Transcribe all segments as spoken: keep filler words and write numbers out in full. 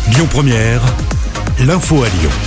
Lyon Première, l'info à Lyon.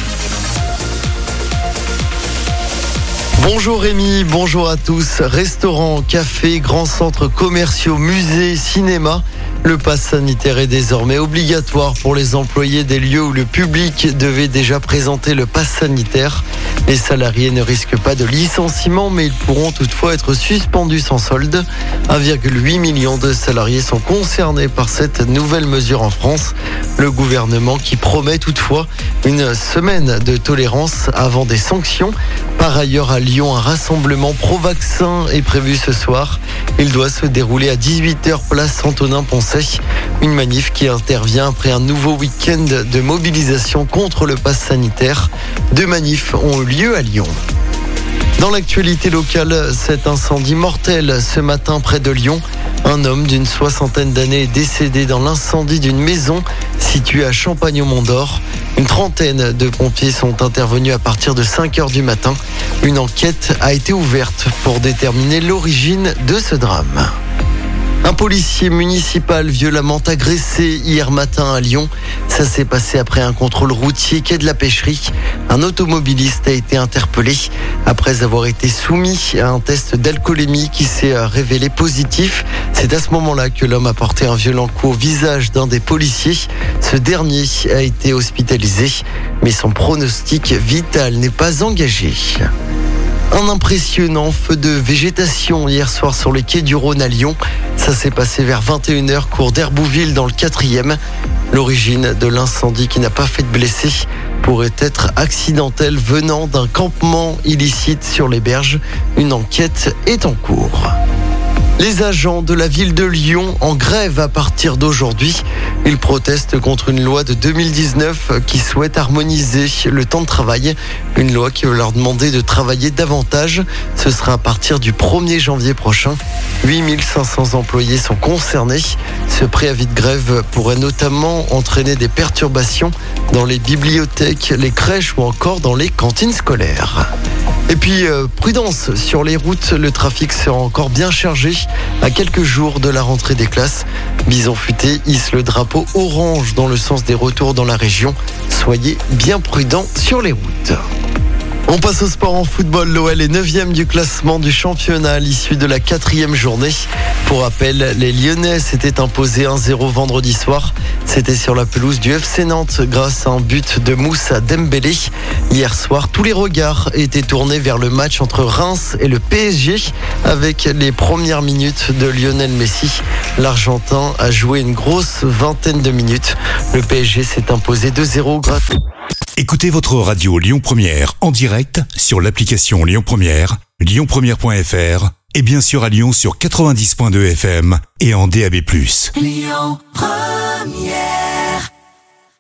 Bonjour Rémi, bonjour à tous. Restaurants, cafés, grands centres commerciaux, musées, cinéma. Le pass sanitaire est désormais obligatoire pour les employés des lieux où le public devait déjà présenter le pass sanitaire. Les salariés ne risquent pas de licenciement, mais ils pourront toutefois être suspendus sans solde. un virgule huit million de salariés sont concernés par cette nouvelle mesure en France. Le gouvernement qui promet toutefois une semaine de tolérance avant des sanctions. Par ailleurs, à Lyon, un rassemblement pro-vaccin est prévu ce soir. Il doit se dérouler à dix-huit heures place Antonin-Poncet. Une manif qui intervient après un nouveau week-end de mobilisation contre le pass sanitaire. Deux manifs ont eu lieu à Lyon. Dans l'actualité locale, cet incendie mortel ce matin près de Lyon. Un homme d'une soixantaine d'années est décédé dans l'incendie d'une maison située à Champagne-au-Mont-d'Or. Une trentaine de pompiers sont intervenus à partir de cinq heures du matin. Une enquête a été ouverte pour déterminer l'origine de ce drame. Un policier municipal violemment agressé hier matin à Lyon. Ça s'est passé après un contrôle routier quai de la Pêcherie. Un automobiliste a été interpellé après avoir été soumis à un test d'alcoolémie qui s'est révélé positif. C'est à ce moment-là que l'homme a porté un violent coup au visage d'un des policiers. Ce dernier a été hospitalisé, mais son pronostic vital n'est pas engagé. Un impressionnant feu de végétation hier soir sur les quais du Rhône à Lyon. Ça s'est passé vers vingt et une heures, cours d'Herbouville dans le quatrième. L'origine de l'incendie qui n'a pas fait de blessés pourrait être accidentelle venant d'un campement illicite sur les berges. Une enquête est en cours. Les agents de la ville de Lyon en grève à partir d'aujourd'hui. Ils protestent contre une loi de deux mille dix-neuf qui souhaite harmoniser le temps de travail. Une loi qui veut leur demander de travailler davantage. Ce sera à partir du premier janvier prochain. huit mille cinq cents employés sont concernés. Ce préavis de grève pourrait notamment entraîner des perturbations dans les bibliothèques, les crèches ou encore dans les cantines scolaires. Et puis, euh, prudence sur les routes, le trafic sera encore bien chargé à quelques jours de la rentrée des classes. Bison Futé hisse le drapeau orange dans le sens des retours dans la région. Soyez bien prudents sur les routes. On passe au sport en football. L'O L est neuvième du classement du championnat à l'issue de la quatrième journée. Pour rappel, les Lyonnais s'étaient imposés un zéro vendredi soir. C'était sur la pelouse du F C Nantes grâce à un but de Moussa Dembélé. Hier soir, tous les regards étaient tournés vers le match entre Reims et le P S G avec les premières minutes de Lionel Messi. L'Argentin a joué une grosse vingtaine de minutes. Le P S G s'est imposé deux zéro grâce. Écoutez votre radio Lyon Première en direct sur l'application Lyon Première, lyon première point f r et bien sûr à Lyon sur quatre-vingt-dix virgule deux F M et en D A B plus. Lyon Première.